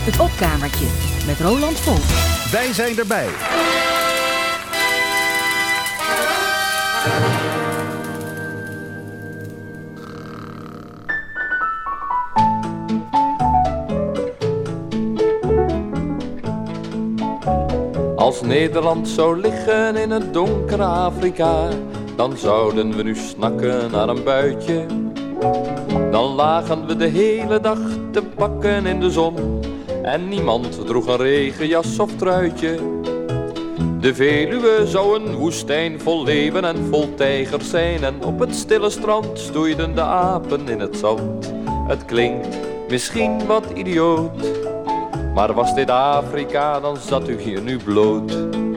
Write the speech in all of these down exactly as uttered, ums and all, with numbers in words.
Het opkamertje met Roland Vonk. Wij zijn erbij. Als Nederland zou liggen in het donkere Afrika, dan zouden we nu snakken naar een buitje. Dan lagen we de hele dag te bakken in de zon en niemand droeg een regenjas of truitje. De Veluwe zou een woestijn vol leeuwen en vol tijgers zijn en op het stille strand stoeiden de apen in het zand. Het klinkt misschien wat idioot, maar was dit Afrika, dan zat u hier nu bloot.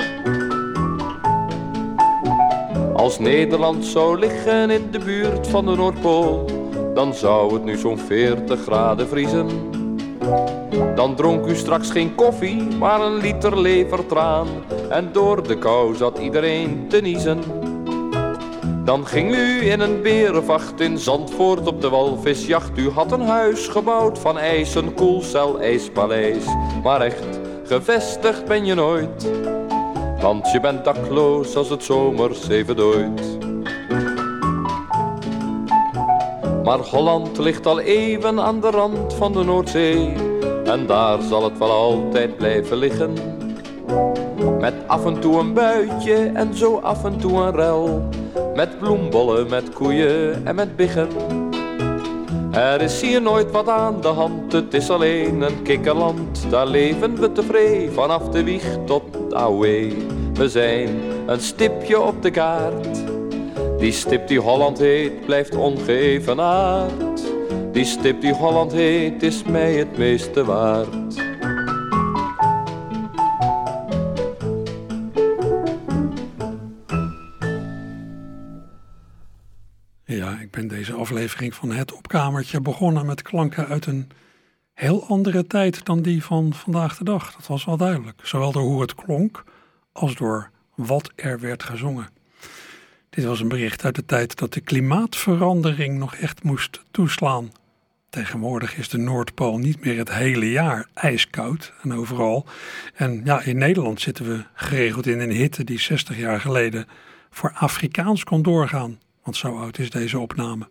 Als Nederland zou liggen in de buurt van de Noordpool, dan zou het nu zo'n veertig graden vriezen. Dan dronk u straks geen koffie, maar een liter levertraan, en door de kou zat iedereen te niezen. Dan ging u in een berenvacht in Zandvoort op de walvisjacht. U had een huis gebouwd van ijs, een koelcel ijspaleis. Maar echt, gevestigd ben je nooit, want je bent dakloos als het zomers even dooit. Maar Holland ligt al eeuwen aan de rand van de Noordzee, en daar zal het wel altijd blijven liggen. Met af en toe een buitje en zo af en toe een rel, met bloembollen, met koeien en met biggen. Er is hier nooit wat aan de hand, het is alleen een kikkerland. Daar leven we tevreden, vanaf de wieg tot away. We zijn een stipje op de kaart. Die stip die Holland heet, blijft ongeëvenaard. Die stip die Holland heet, is mij het meeste waard. Ja, ik ben deze aflevering van Het Opkamertje begonnen met klanken uit een heel andere tijd dan die van vandaag de dag. Dat was wel duidelijk. Zowel door hoe het klonk als door wat er werd gezongen. Dit was een bericht uit de tijd dat de klimaatverandering nog echt moest toeslaan. Tegenwoordig is de Noordpool niet meer het hele jaar ijskoud en overal. En ja, in Nederland zitten we geregeld in een hitte die zestig jaar geleden voor Afrikaans kon doorgaan. Want zo oud is deze opname.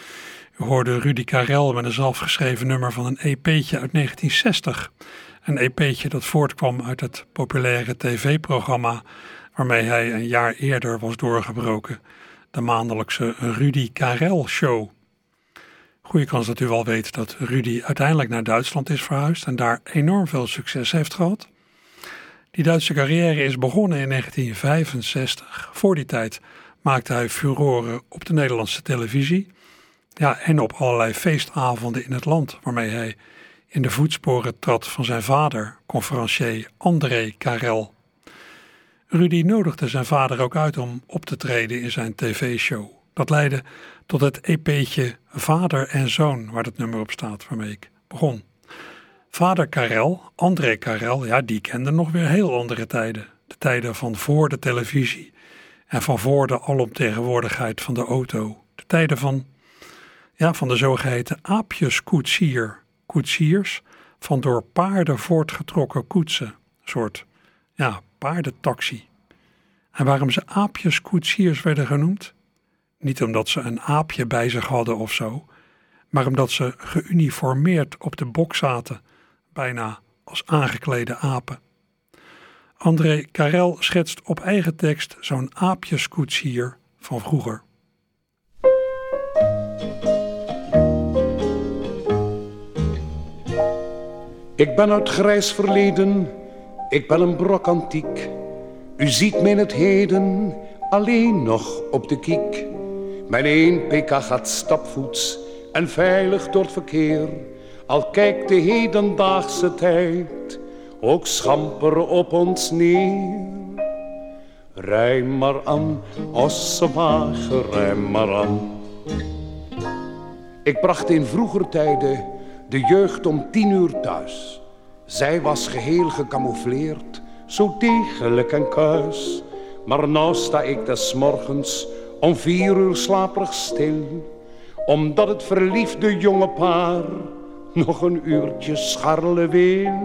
U hoorde Rudy Karel met een zelfgeschreven nummer van een E P'tje uit negentien zestig. Een E P'tje dat voortkwam uit het populaire tv-programma waarmee hij een jaar eerder was doorgebroken. De maandelijkse Rudy Karel Show. Goeie kans dat u wel weet dat Rudy uiteindelijk naar Duitsland is verhuisd en daar enorm veel succes heeft gehad. Die Duitse carrière is begonnen in negentien vijfenzestig. Voor die tijd maakte hij furoren op de Nederlandse televisie. Ja, en op allerlei feestavonden in het land, waarmee hij in de voetsporen trad van zijn vader, conferencier André Karel. Rudy nodigde zijn vader ook uit om op te treden in zijn tv-show. Dat leidde tot het E P'tje Vader en Zoon, waar het nummer op staat waarmee ik begon. Vader Karel, André Karel, ja, die kende nog weer heel andere tijden. De tijden van voor de televisie en van voor de alomtegenwoordigheid van de auto. De tijden van, ja, van de zogeheten aapjeskoetsier. Koetsiers van door paarden voortgetrokken koetsen. Een soort, ja, paardentaxi. En waarom ze aapjeskoetsiers werden genoemd? Niet omdat ze een aapje bij zich hadden of zo, maar omdat ze geuniformeerd op de bok zaten, bijna als aangeklede apen. André Karel schetst op eigen tekst zo'n aapjeskoetsier van vroeger. Ik ben uit grijs verleden, ik ben een brok antiek. U ziet mij in het heden alleen nog op de kiek. Mijn één pk gaat stapvoets en veilig door het verkeer. Al kijkt de hedendaagse tijd ook schamper op ons neer. Rij maar aan, ossenwagen, rij maar aan. Ik bracht in vroeger tijden de jeugd om tien uur thuis. Zij was geheel gecamoufleerd, zo degelijk en kuis. Maar nou sta ik des morgens om vier uur slaperig stil, omdat het verliefde jonge paar nog een uurtje scharrelen weer.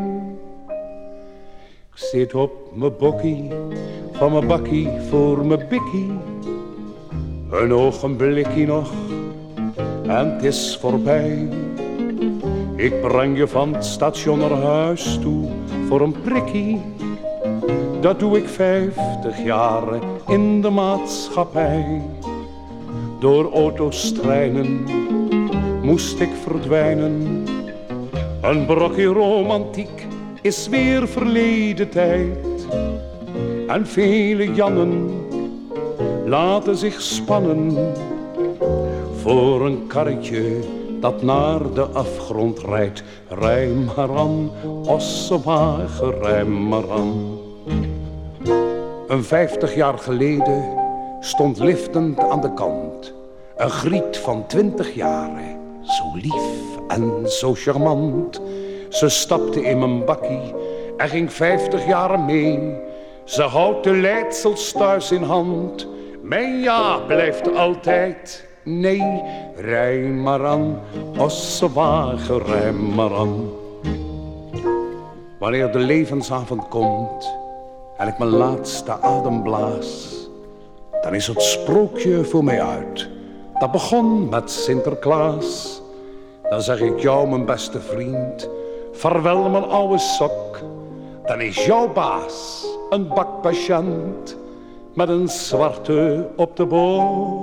Ik zit op mijn bokkie, van mijn bakkie voor mijn bikkie. Een ogenblikkie nog, en het is voorbij. Ik breng je van het station naar huis toe, voor een prikkie. Dat doe ik vijftig jaren in de maatschappij. Door auto's, treinen moest ik verdwijnen. Een brokje romantiek is weer verleden tijd. En vele Jannen laten zich spannen voor een karretje dat naar de afgrond rijdt. Rij maar aan, ossenwagen, rij maar aan. Een vijftig jaar geleden stond liftend aan de kant een griet van twintig jaren, zo lief en zo charmant. Ze stapte in mijn bakkie en ging vijftig jaren mee. Ze houdt de leidsels thuis in hand. Mijn ja blijft altijd nee. Rij maar aan, ossenwagen, rij maar aan. Wanneer de levensavond komt en ik mijn laatste adem blaas, dan is het sprookje voor mij uit. Dat begon met Sinterklaas. Dan zeg ik jou, mijn beste vriend, vaarwel mijn oude sok. Dan is jouw baas een bakpatiënt met een zwarte op de bok.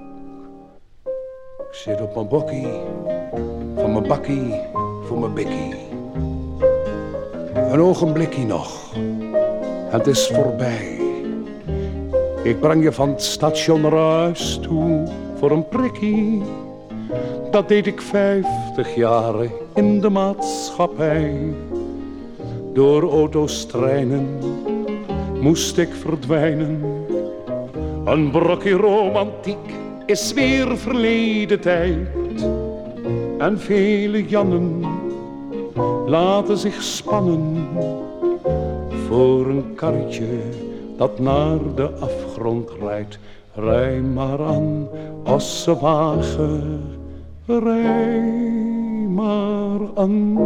Ik zit op mijn bokkie, van mijn bakkie voor mijn bikkie. Een ogenblikkie nog, en het is voorbij. Ik breng je van het station naar huis toe voor een prikkie. Dat deed ik vijftig jaren in de maatschappij. Door auto's, treinen moest ik verdwijnen. Een brokje romantiek is weer verleden tijd. En vele Jannen laten zich spannen voor een karretje dat naar de afgrond rijdt. Rij maar aan, ossenwagen, rij maar aan.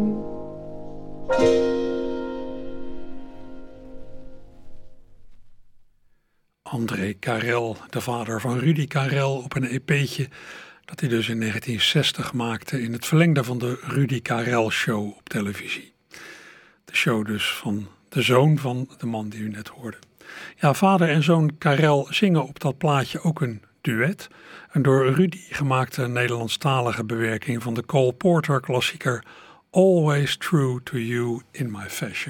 André Carrel, de vader van Rudy Carrel, op een E P'tje dat hij dus in negentien zestig maakte in het verlengde van de Rudy Carrel Show op televisie. De show dus van de zoon van de man die u net hoorde. Ja, vader en zoon Carrel zingen op dat plaatje ook een duet. Een door Rudy gemaakte Nederlandstalige bewerking van de Cole Porter klassieker Always True to You in My Fashion.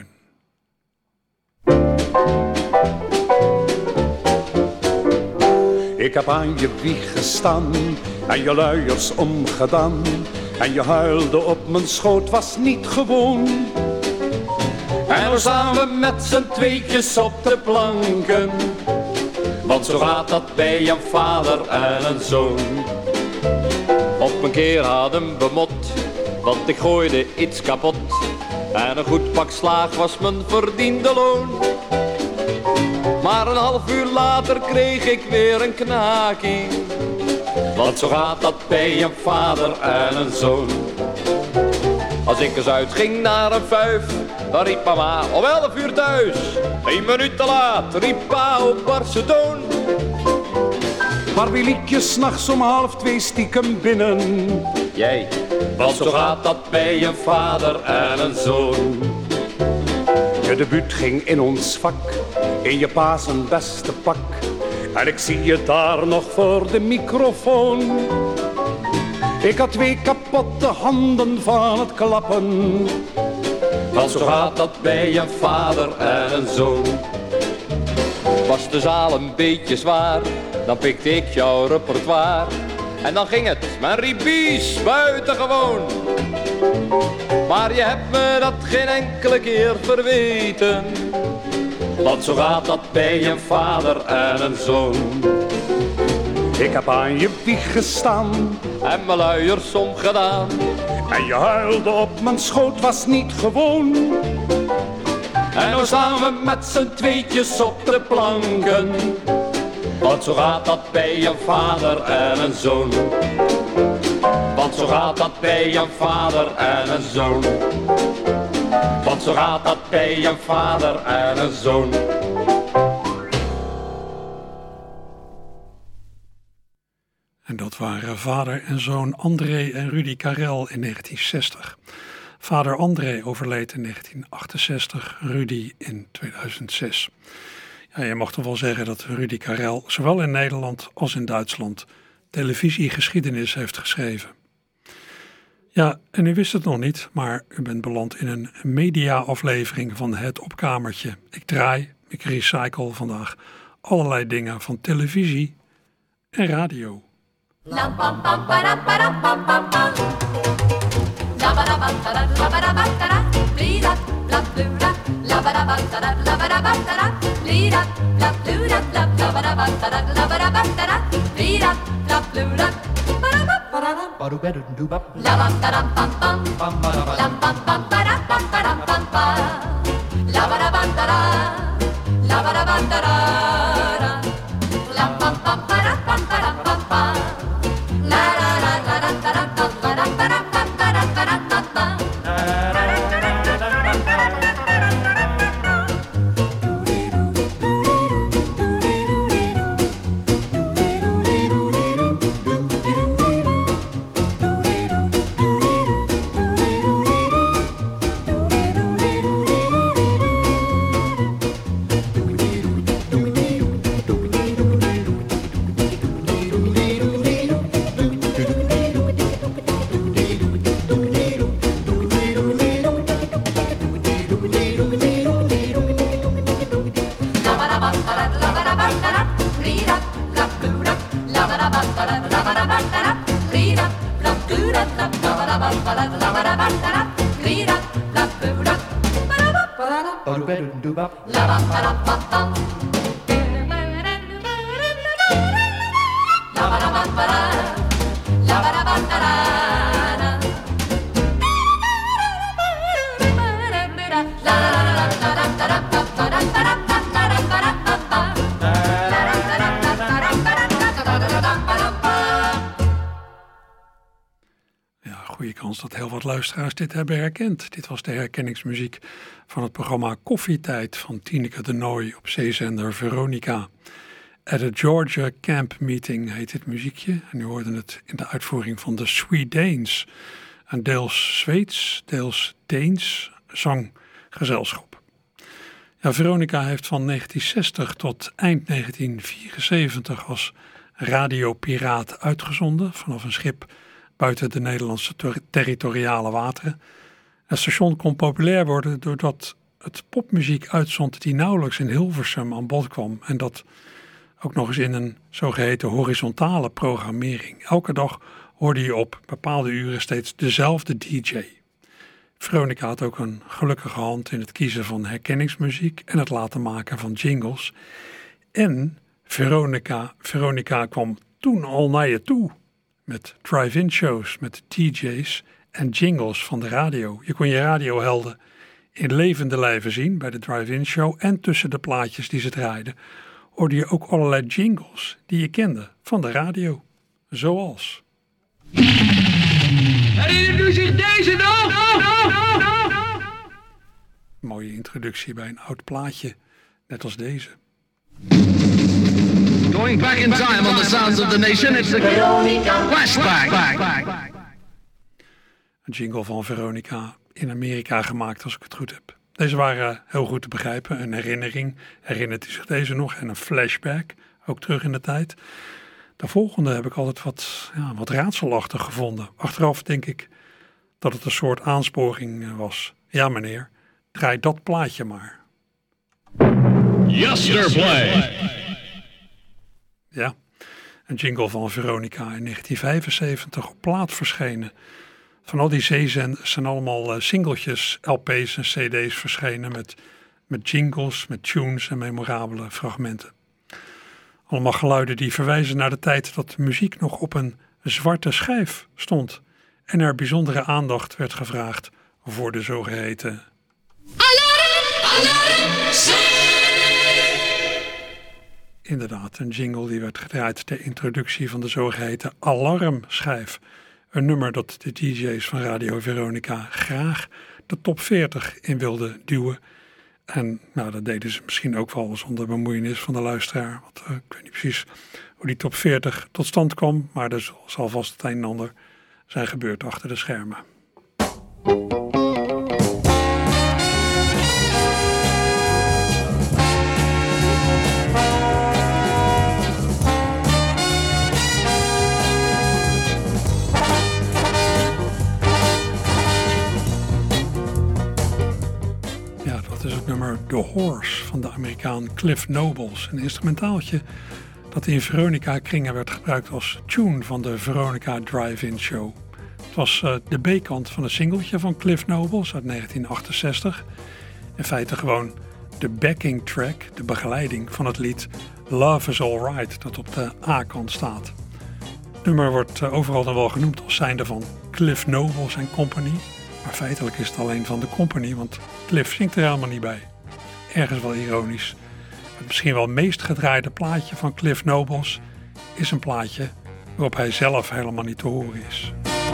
Ik heb aan je wieg gestaan en je luiers omgedaan. En je huilde op mijn schoot, was niet gewoon. En we staan we met z'n tweetjes op de planken. Want zo gaat dat bij een vader en een zoon. Op een keer hadden we mot, want ik gooide iets kapot. En een goed pak slaag was mijn verdiende loon. Maar een half uur later kreeg ik weer een knaakie. Want zo gaat dat bij een vader en een zoon. Als ik eens uitging naar een vuif, dan riep mama om elf uur thuis. Een minuut te laat, riep pa op barse toon. Maar wie liep je s'nachts om half twee stiekem binnen? Jij, want zo gaat dat bij een vader en een zoon. Je debuut ging in ons vak, in je pa zijn beste pak. En ik zie je daar nog voor de microfoon. Ik had twee kapotte handen van het klappen. Want zo gaat dat bij een vader en een zoon. Was de zaal een beetje zwaar, dan pikte ik jouw repertoire. En dan ging het, mijn ribies, buitengewoon. Maar je hebt me dat geen enkele keer verweten. Want zo gaat dat bij een vader en een zoon. Ik heb aan je wieg gestaan en mijn luiers omgedaan. En je huilde op mijn schoot, was niet gewoon. En nou staan we met z'n tweetjes op de planken. Want zo gaat dat bij een vader en een zoon. Want Want zo gaat dat bij een vader en een zoon. Want zo gaat dat bij een vader en een zoon. En dat waren vader en zoon André en Rudy Karel in negentien zestig. Vader André overleed in negentien achtenzestig, Rudy in tweeduizend zes. Ja, je mag toch wel zeggen dat Rudy Karel zowel in Nederland als in Duitsland televisiegeschiedenis heeft geschreven. Ja, en u wist het nog niet, maar u bent beland in een media-aflevering van Het Opkamertje. Ik draai, ik recycle vandaag allerlei dingen van televisie en radio. La pam pam para para pam pam pam. La bara bara la bara bara. Blida bla blura. La bara bara la bara bara. Blida bla blura bla la bara bara la bara bara. Blida bla blura. La pam pam pam pam. La pam pam para pam para pam pam. La bara bara. La bara bara. La pam pam para pam para pam pam. Dat heel wat luisteraars dit hebben herkend. Dit was de herkenningsmuziek van het programma Koffietijd van Tineke de Nooi op zeezender Veronica. At a Georgia Camp Meeting heet dit muziekje. En u hoorde het in de uitvoering van de Swedanes. Een deels Zweeds, deels Deens zanggezelschap. Ja, Veronica heeft van negentien zestig tot eind negentien vierenzeventig als radiopiraat uitgezonden vanaf een schip buiten de Nederlandse ter- territoriale wateren. Het station kon populair worden doordat het popmuziek uitzond die nauwelijks in Hilversum aan bod kwam. En dat ook nog eens in een zogeheten horizontale programmering. Elke dag hoorde je op bepaalde uren steeds dezelfde D J. Veronica had ook een gelukkige hand in het kiezen van herkenningsmuziek en het laten maken van jingles. En Veronica, Veronica kwam toen al naar je toe. Met drive-in shows, met D J's en jingles van de radio. Je kon je radiohelden in levende lijven zien bij de drive-in show. En tussen de plaatjes die ze draaiden hoorde je ook allerlei jingles die je kende van de radio. Zoals. Herinnert u zich deze nog? Mooie introductie bij een oud plaatje, net als deze. Going back in time on the sounds of the nation, it's the flashback. Een jingle van Veronica in Amerika gemaakt, als ik het goed heb. Deze waren heel goed te begrijpen. Een herinnering, herinnert u zich deze nog? En een flashback, ook terug in de tijd. De volgende heb ik altijd wat, ja, wat raadselachtig gevonden. Achteraf denk ik dat het een soort aansporing was. Ja meneer, draai dat plaatje maar. Yesterplay. Ja, een jingle van Veronica in negentien vijfenzeventig op plaat verschenen. Van al die zeezenders zijn allemaal uh, singeltjes, L P's en C D's verschenen met, met jingles, met tunes en memorabele fragmenten. Allemaal geluiden die verwijzen naar de tijd dat de muziek nog op een zwarte schijf stond. En er bijzondere aandacht werd gevraagd voor de zogeheten alarm, alarm, Inderdaad, een jingle die werd gedraaid ter introductie van de zogeheten alarmschijf. Een nummer dat de D J's van Radio Veronica graag de top veertig in wilden duwen. En nou, dat deden ze misschien ook wel zonder bemoeienis van de luisteraar. Want uh, ik weet niet precies hoe die top veertig tot stand kwam. Maar er zal vast het een en ander zijn gebeurd achter de schermen. Nummer The Horse van de Amerikaan Cliff Nobles. Een instrumentaaltje dat in Veronica kringen werd gebruikt als tune van de Veronica Drive-In Show. Het was uh, de B-kant van een singeltje van Cliff Nobles uit negentien achtenzestig. In feite gewoon de backing track, de begeleiding van het lied Love Is Alright dat op de A-kant staat. Het nummer wordt uh, overal dan wel genoemd als zijnde van Cliff Nobles en Company. Maar feitelijk is het alleen van de Company, want Cliff zingt er helemaal niet bij. Ergens wel ironisch. Het misschien wel meest gedraaide plaatje van Cliff Nobles is een plaatje waarop hij zelf helemaal niet te horen is.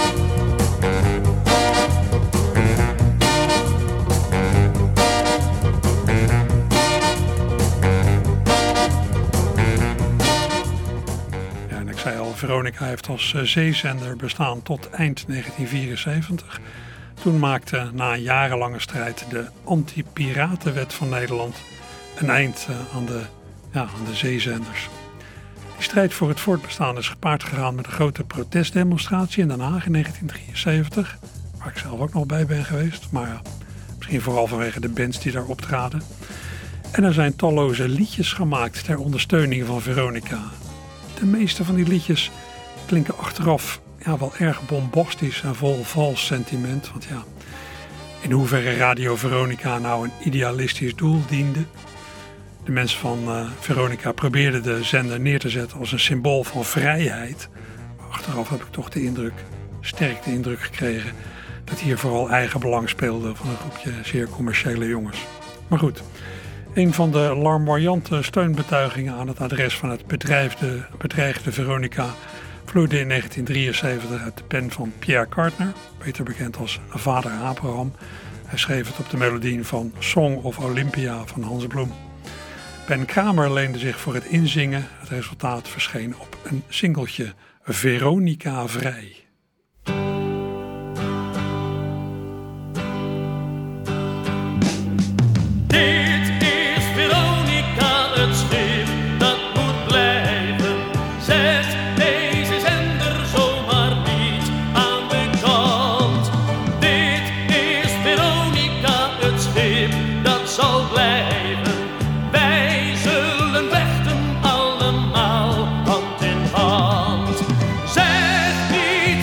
Ja, en ik zei al, Veronica heeft als zeezender bestaan tot eind negentien vierenzeventig. Toen maakte na een jarenlange strijd de anti-piratenwet van Nederland een eind aan de, ja, aan de zeezenders. Die strijd voor het voortbestaan is gepaard gegaan met een grote protestdemonstratie in Den Haag in negentien drieënzeventig. Waar ik zelf ook nog bij ben geweest, maar ja, misschien vooral vanwege de bands die daar optraden. En er zijn talloze liedjes gemaakt ter ondersteuning van Veronica. De meeste van die liedjes klinken achteraf ja, wel erg bombastisch en vol vals sentiment. Want ja, in hoeverre Radio Veronica nou een idealistisch doel diende. De mensen van uh, Veronica probeerden de zender neer te zetten als een symbool van vrijheid. Maar achteraf heb ik toch de indruk, sterk de indruk gekregen, dat hier vooral eigen belang speelde van een groepje zeer commerciële jongens. Maar goed, een van de larmoyante steunbetuigingen aan het adres van het bedreigde, bedreigde Veronica vloeide in negentien drieënzeventig uit de pen van Pierre Kartner, beter bekend als Vader Abraham. Hij schreef het op de melodie van Song of Olympia van Hans Bloem. Ben Kramer leende zich voor het inzingen. Het resultaat verscheen op een singeltje, Veronica Vrij. Zeg niet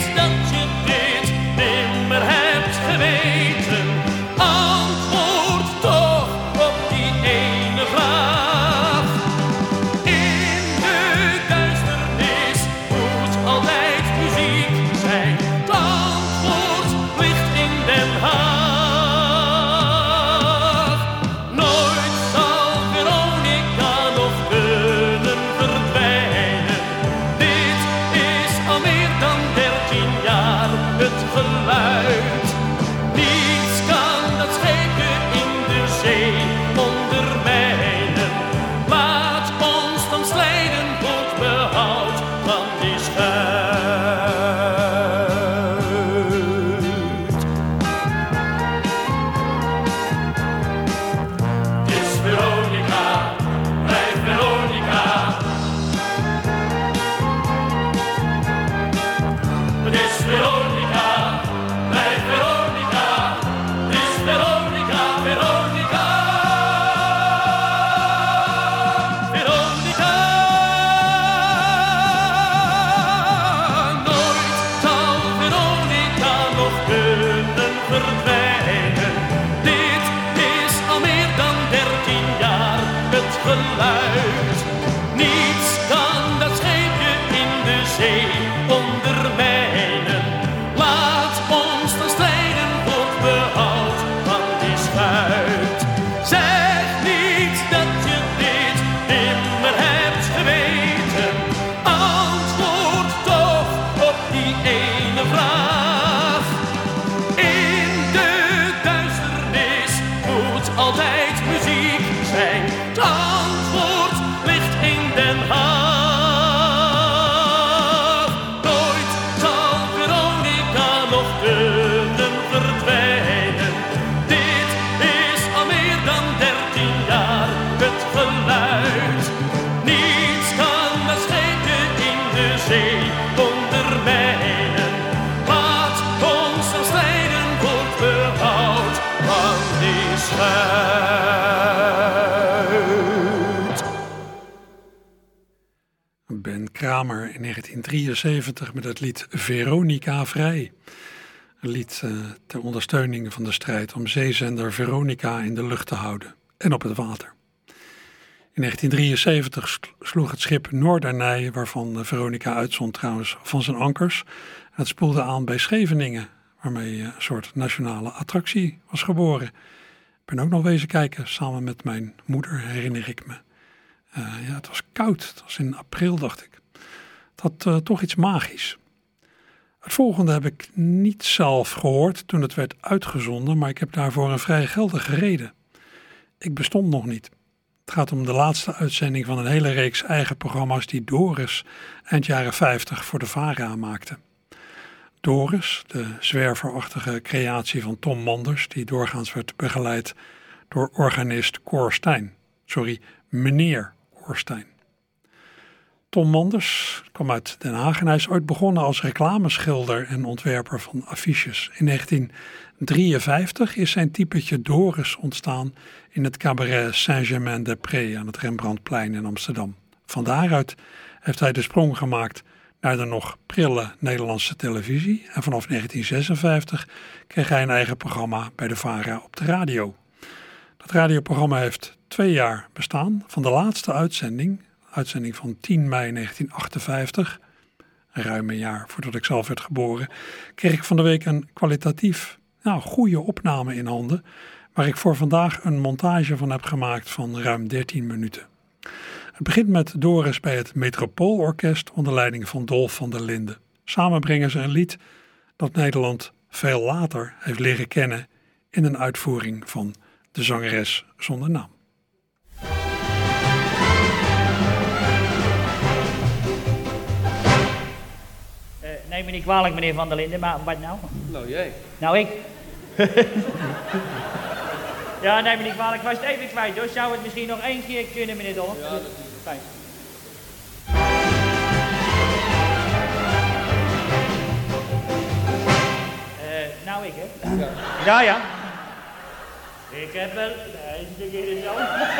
Kramer in negentien drieënzeventig met het lied Veronica Vrij. Een lied uh, ter ondersteuning van de strijd om zeezender Veronica in de lucht te houden en op het water. In negentien drieënzeventig sloeg het schip Noorderney, waarvan Veronica uitzond trouwens, van zijn ankers. En het spoelde aan bij Scheveningen, waarmee een soort nationale attractie was geboren. Ik ben ook nog wezen kijken, samen met mijn moeder, herinner ik me. Uh, ja, het was koud, het was in april, dacht ik. Het had uh, toch iets magisch. Het volgende heb ik niet zelf gehoord toen het werd uitgezonden, maar ik heb daarvoor een vrij geldige reden. Ik bestond nog niet. Het gaat om de laatste uitzending van een hele reeks eigen programma's die Doris eind jaren vijftig voor de VARA maakte. Doris, de zwerverachtige creatie van Tom Manders, die doorgaans werd begeleid door organist Cor Stein. Sorry, meneer Cor Stein. Tom Manders kwam uit Den Haag en hij is ooit begonnen als reclameschilder en ontwerper van affiches. In negentien drieënvijftig is zijn typetje Doris ontstaan in het cabaret Saint-Germain-des-Prés aan het Rembrandtplein in Amsterdam. Van daaruit heeft hij de sprong gemaakt naar de nog prille Nederlandse televisie en vanaf negentien zesenvijftig kreeg hij een eigen programma bij de VARA op de radio. Dat radioprogramma heeft twee jaar bestaan. Van de laatste uitzending, uitzending van tien mei negentien achtenvijftig, een ruim een jaar voordat ik zelf werd geboren, kreeg ik van de week een kwalitatief nou, goede opname in handen, waar ik voor vandaag een montage van heb gemaakt van ruim dertien minuten. Het begint met Doris bij het Metropoolorkest onder leiding van Dolf van der Linden. Samen brengen ze een lied dat Nederland veel later heeft leren kennen in een uitvoering van de zangeres zonder naam. Uh, neem me niet kwalijk, meneer Van der Linden, maar wat nou? Nou, jij. Nou, ik. Ja, neem me niet kwalijk, ik was het even kwijt hoor. Zou het misschien nog één keer kunnen, meneer Dolf? Ja, natuurlijk. Fijn. Uh, nou, ik hè? Ja. Ja, ja. Ik heb wel... Nee, is een keer zo.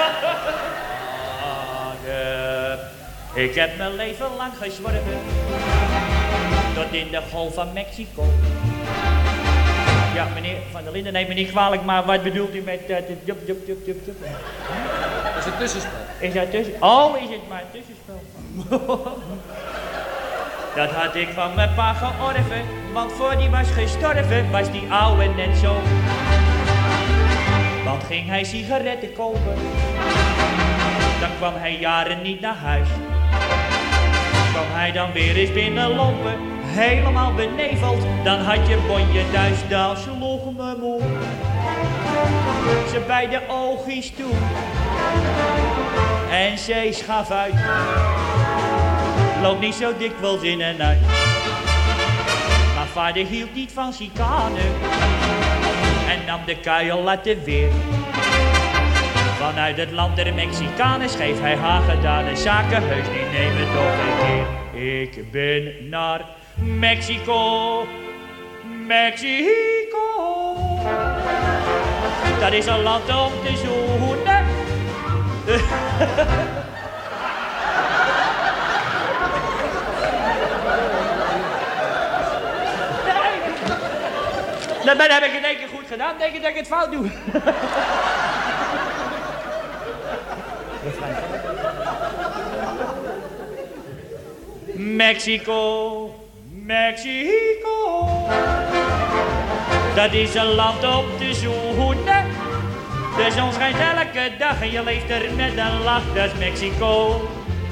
Ik heb mijn leven lang gezworven. Tot in de golf van Mexico. Ja, meneer Van der Linden, neem me niet kwalijk, maar wat bedoelt u met... Uh, jup, jup, jup, jup, jup? Dat is een tussenspel. Is dat tussen... Oh, is het maar een tussenspel? Dat had ik van mijn pa georven, want voor die was gestorven, was die ouwe net zo. Want ging hij sigaretten kopen, dan kwam hij jaren niet naar huis. Kwam hij dan weer eens binnenlopen, helemaal beneveld, dan had je bonje thuis, daar sloeg me moe. Ze bij de oogjes toe en zij schaf uit. Loop niet zo dikwijls in en uit. Maar vader hield niet van zikanen en nam de kuil uit de weer. Vanuit het land der Mexicanen schreef hij haar gedane zaken heus niet nemen toch een keer. Ik ben naar Mexico, Mexico. Dat is een land om te zoenen. Dat heb ik in één keer goed gedaan. Denk je dat ik het fout doe? Mexico, Mexico. Dat is een land om te zoenen. De zon schijnt elke dag en je leeft er met een lach. Dat is Mexico.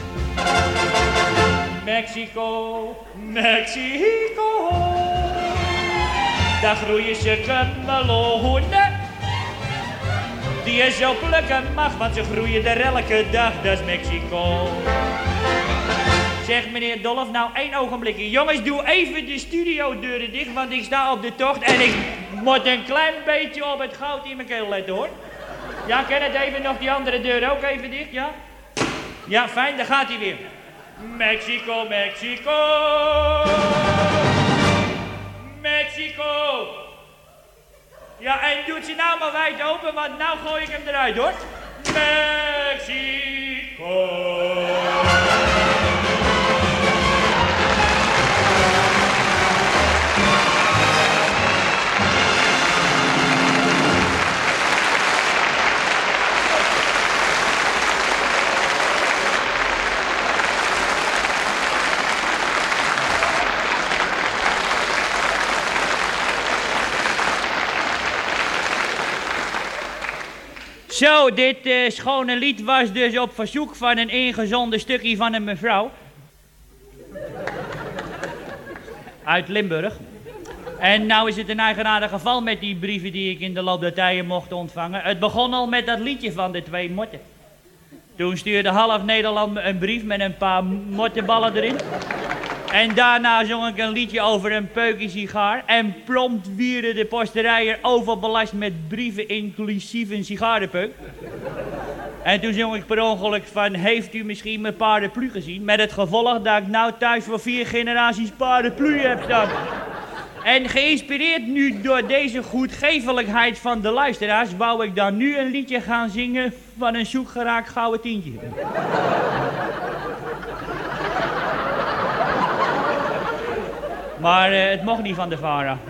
Mexico, Mexico. Daar groeien ze meloenen. Die je zo plukken mag, want ze groeien er elke dag. Dat is Mexico. Zeg meneer Dolf, nou één ogenblikje. Jongens, doe even de studiodeuren dicht, want ik sta op de tocht en ik moet een klein beetje op het goud in mijn keel letten, hoor. Ja, kan het even nog die andere deur ook even dicht, ja? Ja, fijn, daar gaat hij weer. Mexico, Mexico. Mexico. Ja, en doet ze nou maar wijd open, want nou gooi ik hem eruit, hoor. Mexico. Zo, dit uh, schone lied was dus op verzoek van een ingezonden stukje van een mevrouw. Uit Limburg. En nou is het een eigenaardig geval met die brieven die ik in de loop der tijden mocht ontvangen. Het begon al met dat liedje van de twee motten. Toen stuurde half Nederland me een brief met een paar mottenballen erin. En daarna zong ik een liedje over een peukje sigaar. En prompt wierde de posterijer overbelast met brieven inclusief een sigarenpeuk. En toen zong ik per ongeluk van, heeft u misschien mijn paraplu gezien? Met het gevolg dat ik nou thuis voor vier generaties paraplu heb staan. En geïnspireerd nu door deze goedgevelijkheid van de luisteraars, wou ik dan nu een liedje gaan zingen van een zoekgeraakt gouden tientje. Maar uh, het mocht niet van de VARA.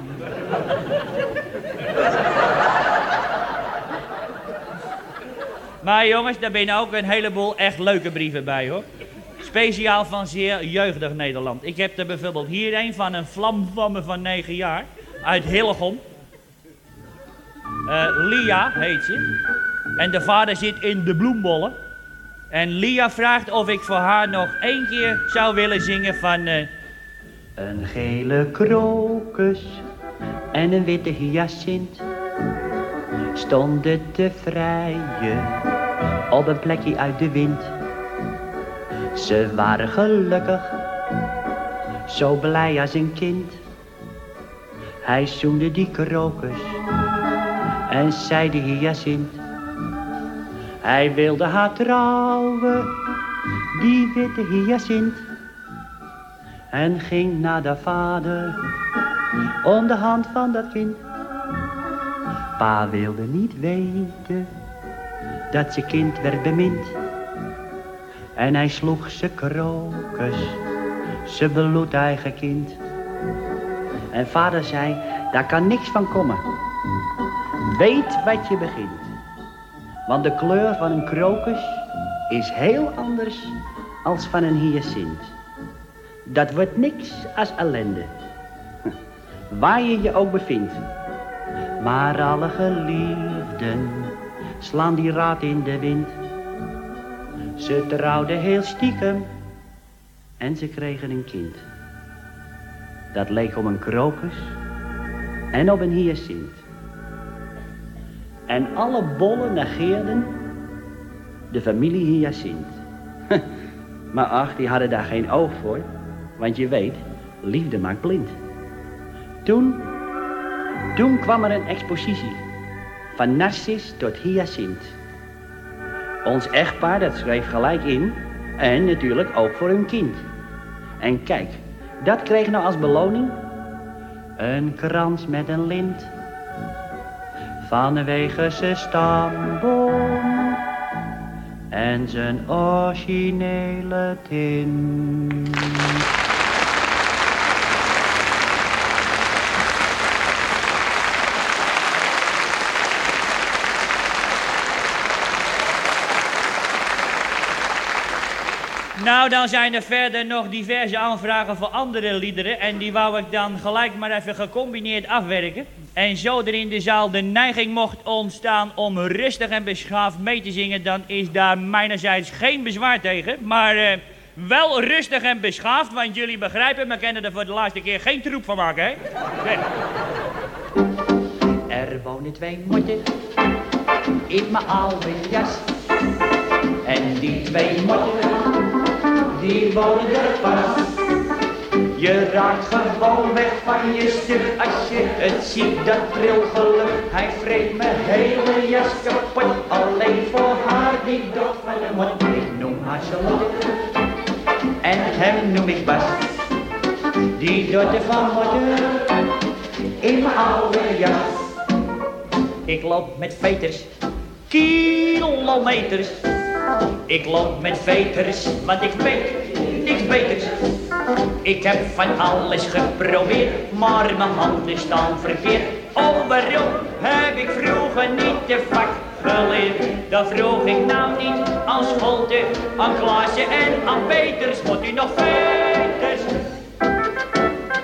Maar jongens, daar binnen ook een heleboel echt leuke brieven bij, hoor. Speciaal van zeer jeugdig Nederland. Ik heb er bijvoorbeeld hier een van een vlam van me van negen jaar. Uit Hillegom. Uh, Lia heet ze. En de vader zit in de bloembollen. En Lia vraagt of ik voor haar nog één keer zou willen zingen van... Uh, een gele krokus en een witte hyacint stonden te vrijen op een plekje uit de wind. Ze waren gelukkig, zo blij als een kind. Hij zoende die krokus en zei de hyacint. Hij wilde haar trouwen, die witte hyacint. En ging naar de vader om de hand van dat kind. Pa wilde niet weten dat zijn kind werd bemind. En hij sloeg zijn krokus, zijn bloedeigen kind. En vader zei, daar kan niks van komen. Weet wat je begint. Want de kleur van een krokus is heel anders als van een hyacint. Dat wordt niks als ellende, waar je je ook bevindt. Maar alle geliefden slaan die raad in de wind. Ze trouwden heel stiekem en ze kregen een kind. Dat leek op een krokus en op een hyacint. En alle bollen negeerden de familie hyacint. Maar ach, die hadden daar geen oog voor. Want je weet, liefde maakt blind. Toen, toen kwam er een expositie. Van Narcis tot Hyacint. Ons echtpaar, dat schreef gelijk in. En natuurlijk ook voor hun kind. En kijk, dat kreeg nou als beloning een krans met een lint. Vanwege zijn stamboom en zijn originele tint. Nou, dan zijn er verder nog diverse aanvragen voor andere liederen. En die wou ik dan gelijk maar even gecombineerd afwerken. En zo er in de zaal de neiging mocht ontstaan om rustig en beschaafd mee te zingen, dan is daar mijnerzijds geen bezwaar tegen. Maar uh, wel rustig en beschaafd, want jullie begrijpen, we kunnen er voor de laatste keer geen troep van maken, hè? Nee. Er wonen twee motten in mijn oude jas. En die twee motten, die wonen er vast. Je raakt gewoon weg van je stuk als je het ziet, dat trilgeluk. Hij vreet mijn hele jas kapot, alleen voor haar die dot van de mot. Ik noem haar Charlotte en hem noem ik Bas. Die dotte van motten in mijn oude jas. Ik loop met veters, kilometers. Ik loop met veters, want ik weet niks beters. Ik heb van alles geprobeerd, maar mijn handen staan verkeerd. Oh, waarom heb ik vroeger niet de vak geleerd? Dat vroeg ik nou niet aan Scholte, aan Klaasje en aan Peters. Moet u nog veters?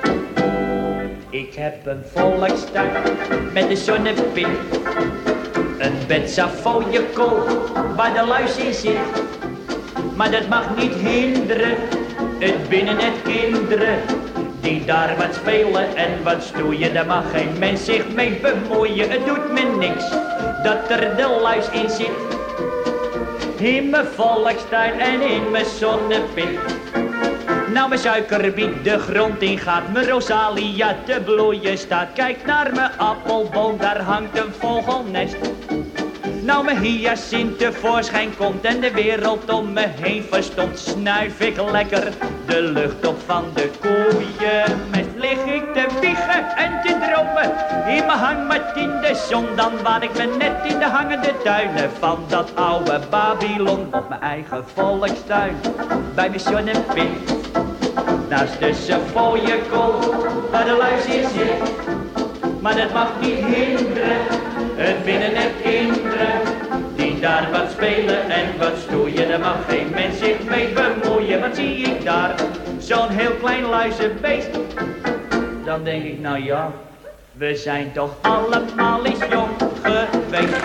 Ik heb een volkstak met de zonnepin. Een bed Savoye kool, waar de luis in zit. Maar dat mag niet hinderen, het binnen het kinderen. Die daar wat spelen en wat stoeien, daar mag geen mens zich mee bemoeien. Het doet me niks, dat er de luis in zit. In mijn volkstuin en in mijn zonnepit. Nou mijn suikerbiet de grond in gaat, mijn rosalia te bloeien staat. Kijk naar mijn appelboom, daar hangt een vogelnest. Nou mijn hyacint tevoorschijn komt en de wereld om me heen verstomt, snuif ik lekker de lucht op van de koeienmest. Lig ik te wiegen en te dromen in mijn hangmat in de zon, dan waar ik me net in de hangende tuinen van dat oude Babylon. Op mijn eigen volkstuin, bij mijn zonnepit, naast de Savoye kool, waar de luis in zit. Maar dat mag niet hinderen, het binnen het kinderen. Die daar wat spelen en wat stoeien, daar mag geen mens zich mee bemoeien. Wat zie ik daar, zo'n heel klein luizenbeest. Dan denk ik, nou ja, we zijn toch allemaal eens jong geweest.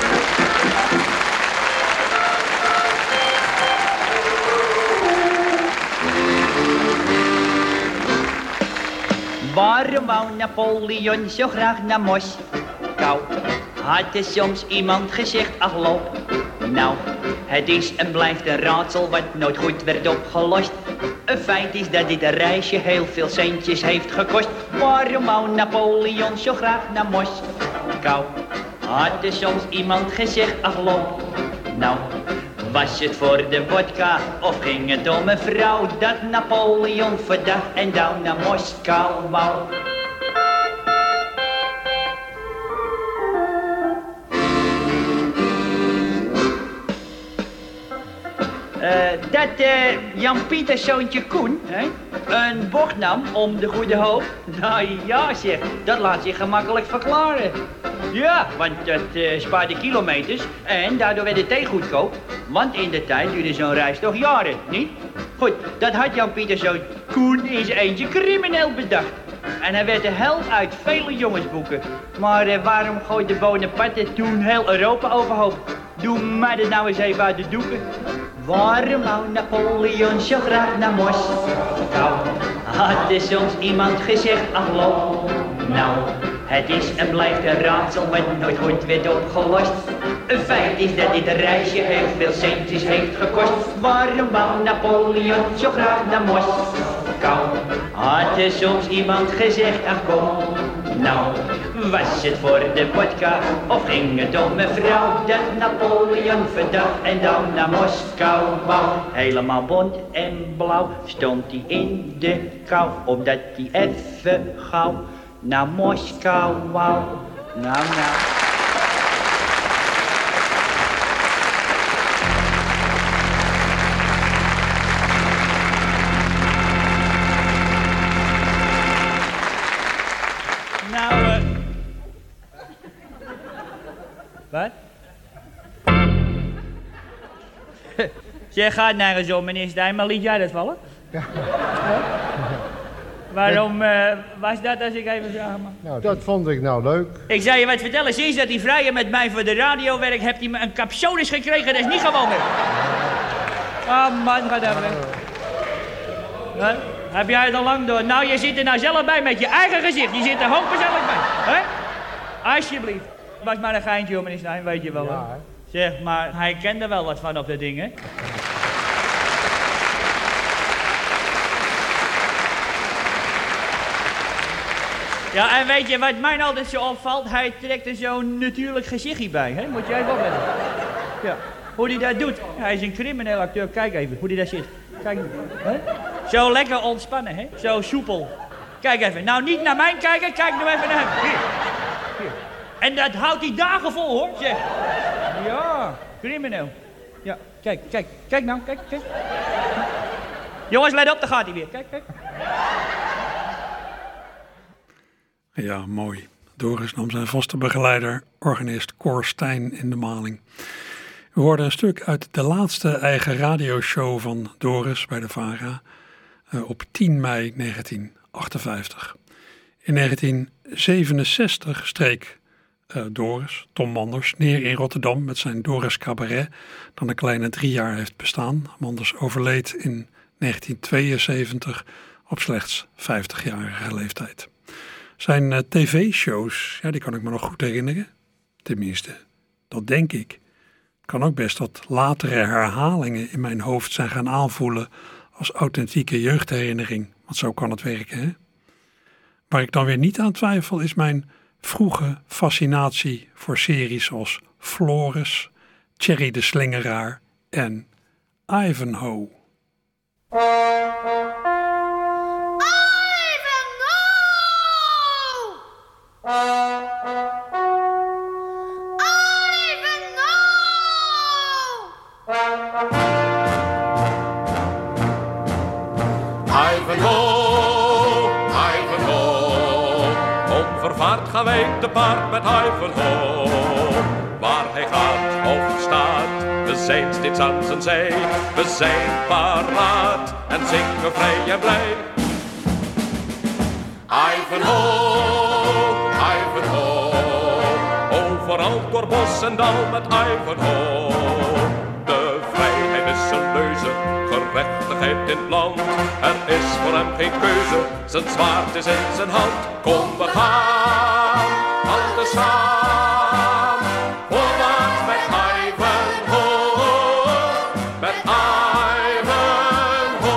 Waarom wou Napoleon zo graag naar Moskou? Had er soms iemand gezegd, ach loop. Nou, het is en blijft een raadsel wat nooit goed werd opgelost. Een feit is dat dit reisje heel veel centjes heeft gekost. Waarom wou Napoleon zo graag naar Moskou? Had er soms iemand gezegd, ach loop. Nou, was het voor de vodka of ging het om een vrouw dat Napoleon verdacht en dan naar Moskou wou? Uh, dat uh, Jan Pieters zoontje Koen, hè, een bocht nam om de goede hoop. Nou ja zeg, dat laat zich gemakkelijk verklaren. Ja, want dat uh, spaarde kilometers en daardoor werd het thee goedkoop. Want in de tijd duurde zo'n reis toch jaren, niet? Goed, dat had Jan Pieters zo'n Koen in zijn eentje crimineel bedacht. En hij werd de held uit vele jongensboeken. Maar uh, waarom gooide Bonaparte toen heel Europa overhoop? Doe mij dat nou eens even uit de doeken. Waarom wou Napoleon zo graag naar Moskou? Had er soms iemand gezegd, ach loop. Nou, het is en blijft een raadsel wat nooit goed werd opgelost. Een feit is dat dit reisje heel veel centjes heeft gekost. Waarom wou Napoleon zo graag naar Moskou? Had er soms iemand gezegd, ach kom. Nou, was het voor de vodka of ging het om een vrouw dat Napoleon verdacht en dan naar Moskou wou? Helemaal bont en blauw stond hij in de kou, omdat hij even gauw naar Moskou wou. Nou, nou. Wat? Zeg, gaat nergens om, meneer Stijn, maar liet jij dat vallen? Ja. Ja? Waarom uh, was dat, als ik even vraag mag? Nou, dat vond ik nou leuk. Ik zou je wat vertellen, sinds dat hij vrijer met mij voor de radio werkt, heeft hij me een capsones gekregen, dat is niet gewoon meer. Oh man, wat hebben we? Wat? Heb jij het al lang door? Nou, je zit er nou zelf bij met je eigen gezicht, je zit er hoogbezellig bij. Hè? Alsjeblieft. Was maar een geintje, hoor, meneer Stijn, weet je wel. Ja, zeg, maar hij kende wel wat van op de dingen. Ja, en weet je wat mij altijd zo opvalt? Hij trekt er zo'n natuurlijk gezichtje bij, hè? Moet jij even opletten. Ja, hoe hij dat doet. Ja, hij is een crimineel acteur, kijk even hoe hij daar zit. Kijk, hè? Zo lekker ontspannen, hè? Zo soepel. Kijk even, nou niet naar mij kijken, kijk nou even naar hem. Hier, hier. En dat houdt hij dagen vol, hoor, zeg. Ja, crimineel. Ja, kijk, kijk, kijk nou, kijk, kijk. Jongens, let op, daar gaat hij weer. Kijk, kijk. Ja, mooi. Doris nam zijn vaste begeleider, organist Cor Stijn, in de maling. We hoorden een stuk uit de laatste eigen radioshow van Doris bij de VARA uh, op tien mei negentien achtenvijftig. In negentien zevenenzestig streek uh, Doris, Tom Manders, neer in Rotterdam met zijn Doris Cabaret, dat een kleine drie jaar heeft bestaan. Manders overleed in negentien tweeënzeventig op slechts vijftigjarige leeftijd. Zijn uh, tv-shows, ja, die kan ik me nog goed herinneren. Tenminste, dat denk ik. Het kan ook best dat latere herhalingen in mijn hoofd zijn gaan aanvoelen als authentieke jeugdherinnering. Want zo kan het werken, hè? Waar ik dan weer niet aan twijfel is mijn vroege fascinatie voor series zoals Floris, Thierry de Slingeraar en Ivanhoe. Gaan wij te paard met Ivanhoe. Waar hij gaat of staat, we zijn steeds aan zijn zij. We zijn paraat en zingen vrij en blij. Ivanhoe, Ivanhoe, overal door bos en dal met Ivanhoe. De vrijheid is een leuze, gerechtigheid in het land. Er is voor hem geen keuze, zijn zwaard is in zijn hand. Kom, we gaan, alle samen, voorwaarts met Ivanhoe, met Ivanhoe.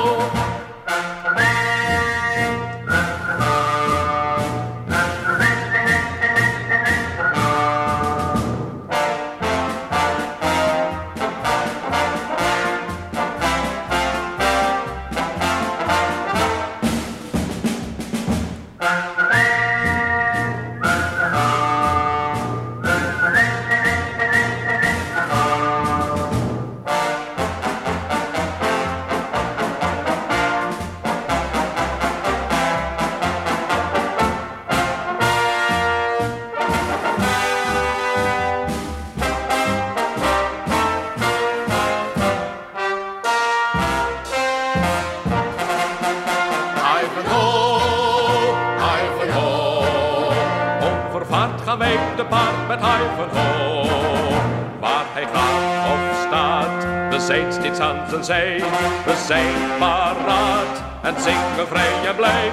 De paard met Ivanhoe, waar hij gaat of staat, we zijn steeds aan zijn zij. We zijn paraat en zingen vrij en blij.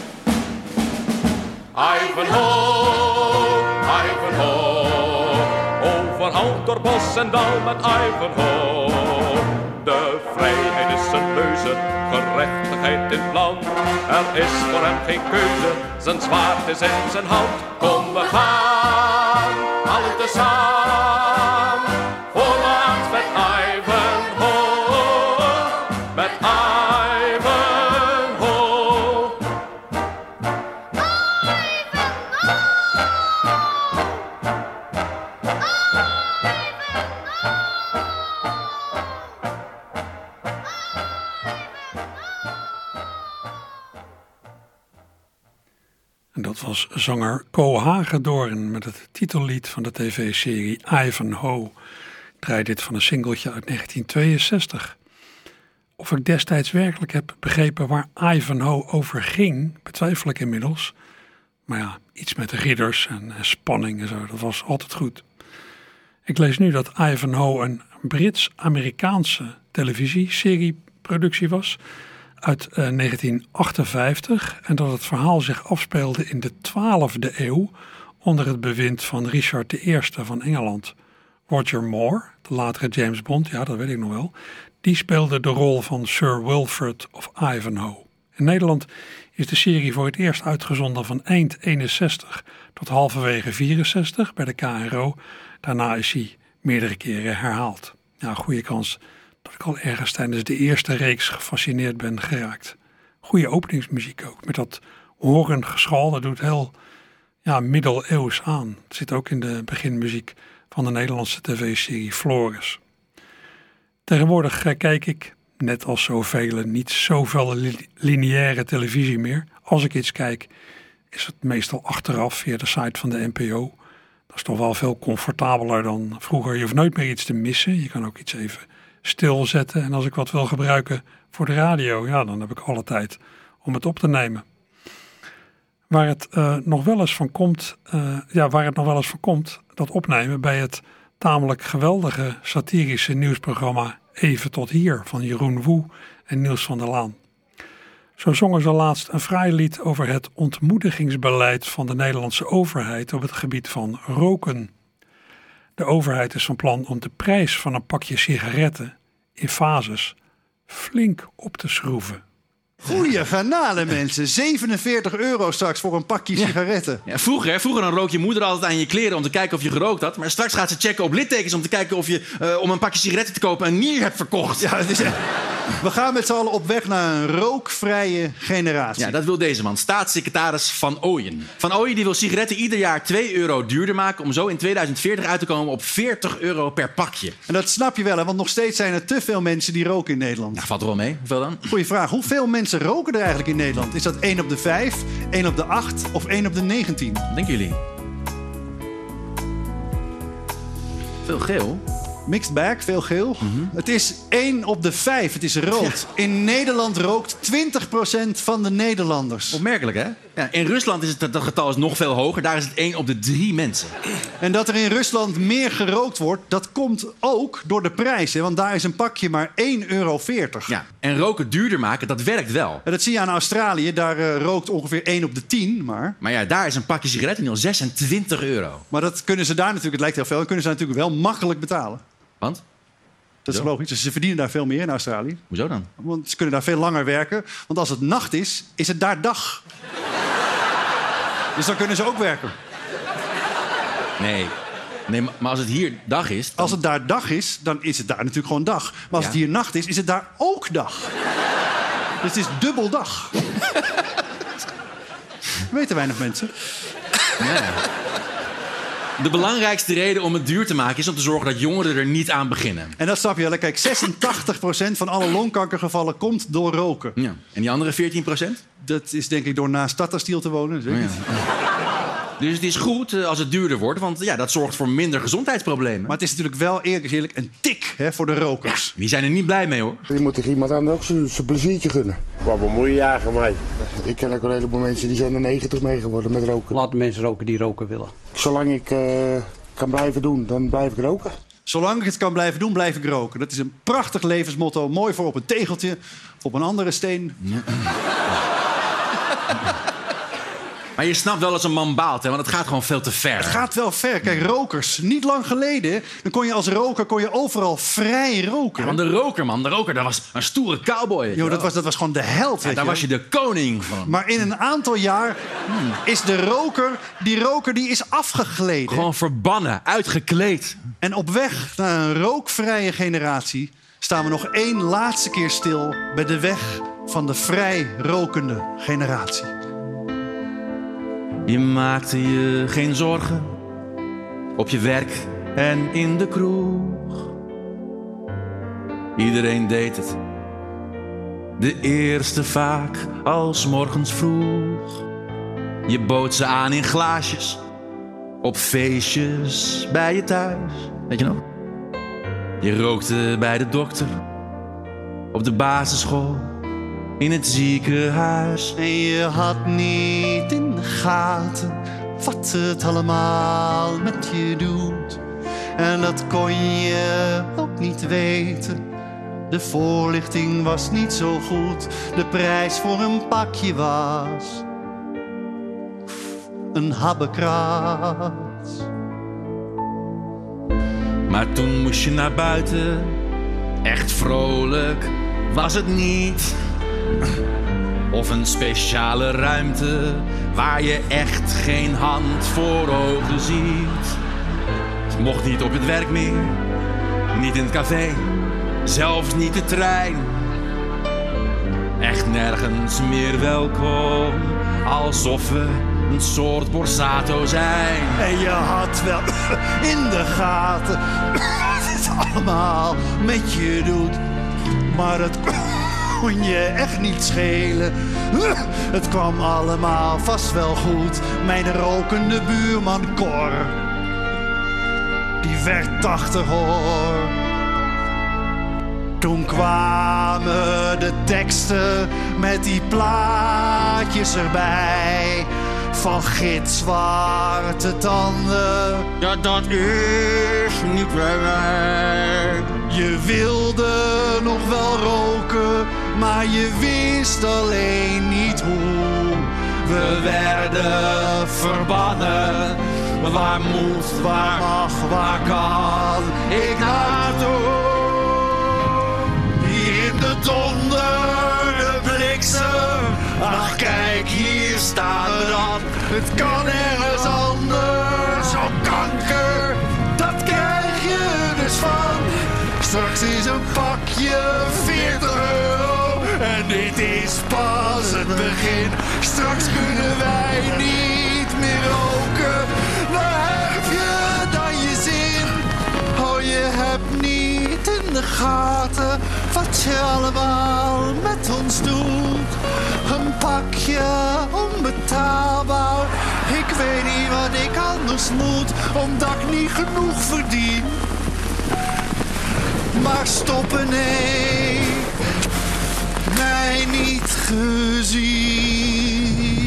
Ivanhoe, Ivanhoe, overal door bos en dal met Ivanhoe. De vrijheid is een leuze, gerechtigheid in het land. Er is voor hem geen keuze, zijn zwaard is in zijn hand. Kom, we gaan, alle tezamen, voorwaarts met Ivanhoe, met Ivanhoe. En dat was zanger Co Hagedorn met het titellied van de tv-serie Ivanhoe. Ik draai dit van een singeltje uit negentien tweeënzestig. Of ik destijds werkelijk heb begrepen waar Ivanhoe over ging, betwijfel ik inmiddels. Maar ja, iets met ridders en, en spanning en zo, dat was altijd goed. Ik lees nu dat Ivanhoe een Brits-Amerikaanse televisieserieproductie was uit uh, negentien achtenvijftig en dat het verhaal zich afspeelde in de twaalfde eeuw onder het bewind van Richard de Eerste van Engeland. Roger Moore, de latere James Bond, ja dat weet ik nog wel, die speelde de rol van Sir Wilfrid of Ivanhoe. In Nederland is de serie voor het eerst uitgezonden van eind eenenzestig tot halverwege vierenzestig bij de K R O. Daarna is hij meerdere keren herhaald. Ja, goede kans dat ik al ergens tijdens de eerste reeks gefascineerd ben geraakt. Goede openingsmuziek ook, met dat horengeschal, dat doet heel ja, middeleeuws aan. Het zit ook in de beginmuziek van de Nederlandse tv-serie Floris. Tegenwoordig uh, kijk ik, net als zoveel, niet zoveel li- lineaire televisie meer. Als ik iets kijk, is het meestal achteraf via de site van de N P O. Dat is toch wel veel comfortabeler dan vroeger. Je hoeft nooit meer iets te missen. Je kan ook iets even stilzetten. En als ik wat wil gebruiken voor de radio, ja, dan heb ik alle tijd om het op te nemen. Waar het uh, nog wel eens van komt, uh, ja, waar het nog wel eens van komt, dat opnemen bij het tamelijk geweldige satirische nieuwsprogramma Even tot hier van Jeroen Woe en Niels van der Laan. Zo zongen ze laatst een fraai lied over het ontmoedigingsbeleid van de Nederlandse overheid op het gebied van roken. De overheid is van plan om de prijs van een pakje sigaretten in fases flink op te schroeven. Goeie garnalen, mensen. zevenenveertig euro straks voor een pakje ja. sigaretten. Ja, vroeger, hè, vroeger dan rook je moeder altijd aan je kleren om te kijken of je gerookt had. Maar straks gaat ze checken op littekens om te kijken of je uh, om een pakje sigaretten te kopen een nier hebt verkocht. Ja, het is, we gaan met z'n allen op weg naar een rookvrije generatie. Ja, dat wil deze man. Staatssecretaris Van Ooyen. Van Ooyen die wil sigaretten ieder jaar twee euro duurder maken om zo in tweeduizend veertig uit te komen op veertig euro per pakje. En dat snap je wel, hè? Want nog steeds zijn er te veel mensen die roken in Nederland. Ja, valt er wel mee. Hoeveel dan? Goeie vraag. Hoeveel mensen roken er eigenlijk in Nederland? Is dat één op de vijf, één op de acht of één op de negentien? Wat denken jullie? Veel geel. Mixed bag, veel geel. Mm-hmm. Het is één op de vijf, het is rood. Ja. In Nederland rookt twintig procent van de Nederlanders. Opmerkelijk, hè? Ja, in Rusland is het, dat getal is nog veel hoger. Daar is het één op de drie mensen. En dat er in Rusland meer gerookt wordt, dat komt ook door de prijs. Hè? Want daar is een pakje maar één euro veertig. Ja, en roken duurder maken, dat werkt wel. En dat zie je aan Australië. Daar uh, rookt ongeveer één op de tien, maar... Maar ja, daar is een pakje sigaretten nu al zesentwintig euro. Maar dat kunnen ze daar natuurlijk, het lijkt heel veel... dat kunnen ze natuurlijk wel makkelijk betalen. Want? Dat is Zo. logisch. Dus ze verdienen daar veel meer in Australië. Hoezo dan? Want ze kunnen daar veel langer werken. Want als het nacht is, is het daar dag. Dus dan kunnen ze ook werken. Nee. Nee, maar als het hier dag is... Dan... Als het daar dag is, dan is het daar natuurlijk gewoon dag. Maar als ja. het hier nacht is, is het daar ook dag. Dus het is dubbel dag. Weten weinig mensen. Ja. De belangrijkste reden om het duur te maken is om te zorgen dat jongeren er niet aan beginnen. En dat snap je wel. Kijk, zesentachtig procent van alle longkankergevallen komt door roken. Ja. En die andere veertien procent? Dat is denk ik door naast Tata Steel te wonen. Zeg. Ja. Dus het is goed als het duurder wordt, want ja, dat zorgt voor minder gezondheidsproblemen. Maar het is natuurlijk wel eerlijk eerlijk een tik hè, voor de rokers. Ja, die zijn er niet blij mee, hoor. Je moet toch iemand aan ook zijn pleziertje gunnen. Wat bemoei je jagen mij? Ik ken ook een heleboel mensen die zijn er negentig mee geworden met roken. Laat mensen roken die roken willen. Zolang ik uh, kan blijven doen, dan blijf ik roken. Zolang ik het kan blijven doen, blijf ik roken. Dat is een prachtig levensmotto. Mooi voor op een tegeltje, op een andere steen. Ja. Maar je snapt wel als een man baalt, hè? Want het gaat gewoon veel te ver. Het gaat wel ver. Kijk, rokers. Niet lang geleden, dan kon je als roker kon je overal vrij roken. Ja, want de roker, man. De roker, dat was een stoere cowboy. Jo, dat was, dat was gewoon de held. Ja, weet daar je. was je de koning van. Maar in een aantal jaar hmm, is de roker, die roker, die is afgegleden. Gewoon verbannen, uitgekleed. En op weg naar een rookvrije generatie staan we nog één laatste keer stil bij de weg van de vrij rokende generatie. Je maakte je geen zorgen op je werk en in de kroeg. Iedereen deed het, de eerste vaak al 's morgens vroeg. Je bood ze aan in glaasjes, op feestjes bij je thuis. Weet je nog? Je rookte bij de dokter, op de basisschool, in het ziekenhuis. En je had niet in de gaten wat het allemaal met je doet. En dat kon je ook niet weten. De voorlichting was niet zo goed. De prijs voor een pakje was een habbekrats. Maar toen moest je naar buiten, echt vrolijk was het niet. Of een speciale ruimte waar je echt geen hand voor ogen ziet. Het mocht niet op het werk meer, niet in het café, zelfs niet de trein. Echt nergens meer welkom, alsof we een soort Borsato zijn. En je had wel in de gaten wat het allemaal met je doet. Maar het kon je echt niet schelen. Het kwam allemaal vast wel goed. Mijn rokende buurman Cor, die werd tachtig hoor. Toen kwamen de teksten met die plaatjes erbij. van gitzwarte tanden. Ja, dat is niet bij mij. Je wilde nog wel roken, maar je wist alleen niet hoe. We werden verbannen. Waar moet, waar mag, waar kan ik naartoe? Hier in de donder, de bliksem. Ach kijk, hier staan we dan. Het kan ergens anders. Zo'n kanker, dat krijg je dus van. Straks is een pakje veertig euro. En dit is pas het begin. Straks kunnen wij niet meer roken. Nou heb je dan je zin. Oh, je hebt niet in de gaten wat je allemaal met ons doet. Een pakje onbetaalbaar. Ik weet niet wat ik anders moet, omdat ik niet genoeg verdien. Maar stoppen, nee, mij niet gezien.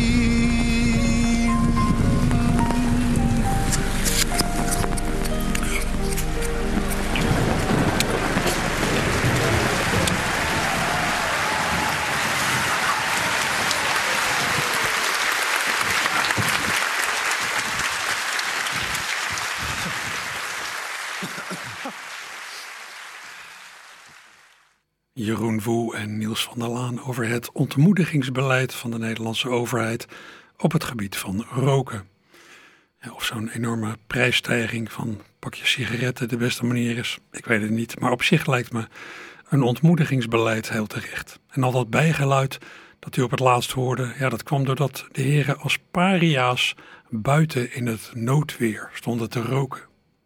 Jeroen Woe en Niels van der Laan over het ontmoedigingsbeleid van de Nederlandse overheid op het gebied van roken. Ja, of zo'n enorme prijsstijging van pakjes sigaretten de beste manier is, ik weet het niet. Maar op zich lijkt me een ontmoedigingsbeleid heel terecht. En al dat bijgeluid dat u op het laatst hoorde, ja, dat kwam doordat de heren als paria's buiten in het noodweer stonden te roken.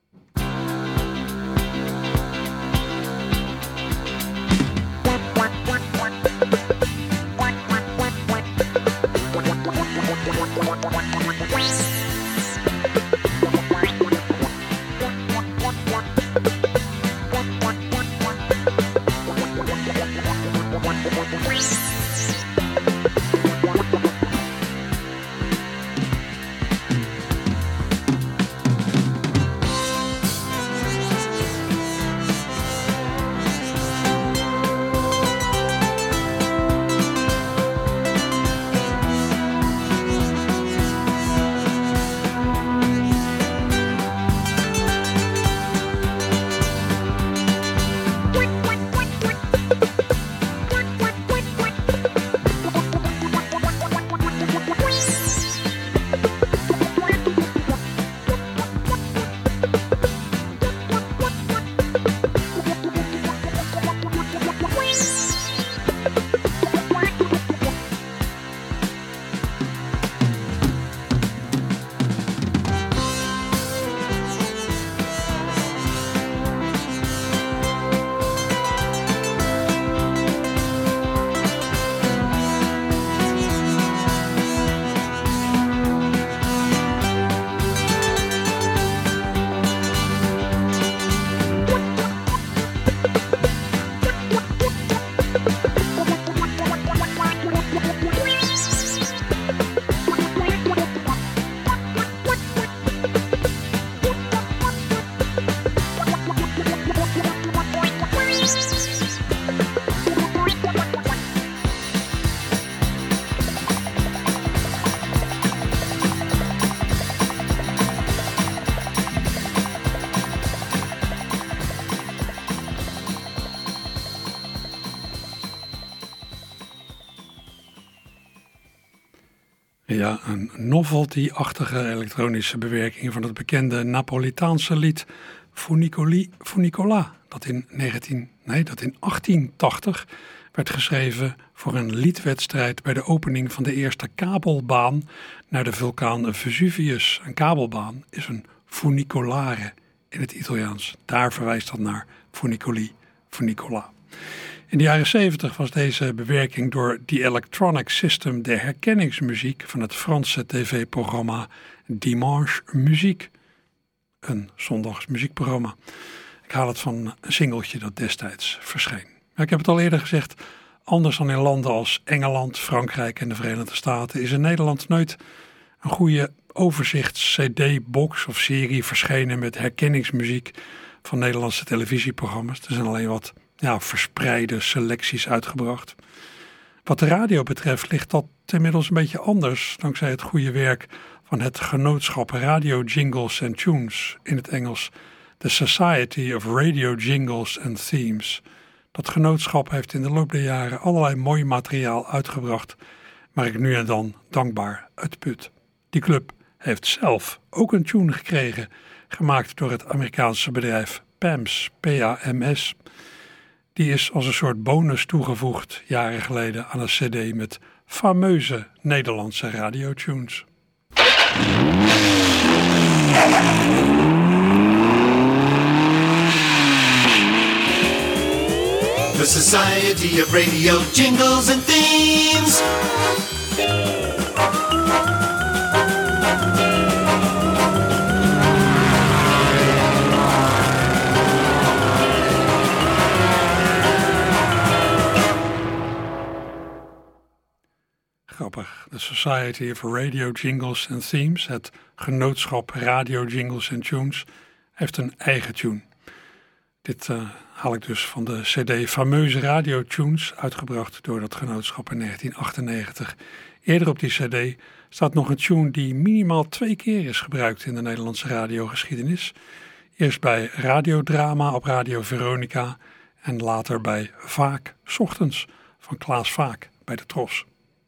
Ja, een novelty-achtige elektronische bewerking van het bekende Napolitaanse lied Funicoli Funicola, dat in, negentien, nee, dat in achttien tachtig werd geschreven voor een liedwedstrijd bij de opening van de eerste kabelbaan naar de vulkaan Vesuvius. Een kabelbaan is een funicolare in het Italiaans. Daar verwijst dat naar Funicoli Funicola. In de jaren zeventig was deze bewerking door The Electronic System de herkenningsmuziek van het Franse tv-programma Dimanche Musique. Een zondags muziekprogramma. Ik haal het van een singeltje dat destijds verscheen. Maar ik heb het al eerder gezegd, anders dan in landen als Engeland, Frankrijk en de Verenigde Staten is in Nederland nooit Een goede overzichts-C D-box of serie verschenen met herkenningsmuziek van Nederlandse televisieprogramma's. Er zijn alleen wat ja, verspreide selecties uitgebracht. Wat de radio betreft ligt dat inmiddels een beetje anders dankzij het goede werk van het genootschap Radio Jingles and Tunes, in het Engels The Society of Radio Jingles and Themes. Dat genootschap heeft in de loop der jaren allerlei mooi materiaal uitgebracht, waar ik nu en dan dankbaar uitput. Die club heeft zelf ook een tune gekregen, gemaakt door het Amerikaanse bedrijf P A M S, P A M S. Die is als een soort bonus toegevoegd jaren geleden aan een cd met fameuze Nederlandse radiotunes. The Society of Radio Jingles and Themes. Grappig. The Society of Radio Jingles and Themes, het genootschap Radio Jingles and Tunes, heeft een eigen tune. Dit uh, haal ik dus van de cd Fameuze Radio Tunes, uitgebracht door dat genootschap in negentien achtennegentig. Eerder op die cd staat nog een tune die minimaal twee keer is gebruikt in de Nederlandse radiogeschiedenis. Eerst bij radiodrama op Radio Veronica en later bij Vaak 's Ochtends van Klaas Vaak bij de Tros.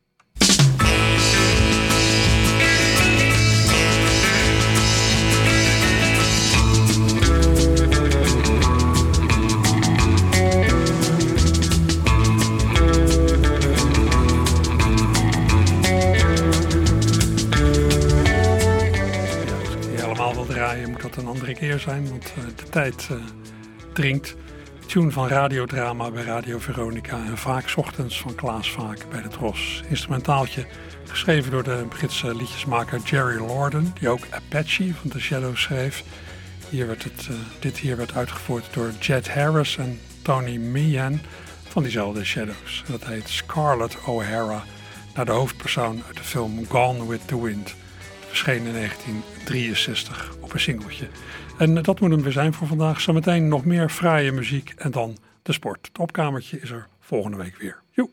Draaien moet dat een andere keer zijn, want uh, de tijd uh, dringt. Tune van radiodrama bij Radio Veronica en Vaak 's Ochtends van Klaas Vaak bij de Tros. Instrumentaaltje geschreven door de Britse liedjesmaker Jerry Lorden, die ook Apache van The Shadows schreef. Hier werd het, uh, dit hier werd uitgevoerd door Jet Harris en Tony Meehan van diezelfde Shadows. En dat heet Scarlett O'Hara, naar de hoofdpersoon uit de film Gone with the Wind. Verscheen in negentien drieënzestig op een singeltje. En dat moet hem weer zijn voor vandaag. Zometeen nog meer fraaie muziek en dan de sport. Het opkamertje is er volgende week weer. Joe!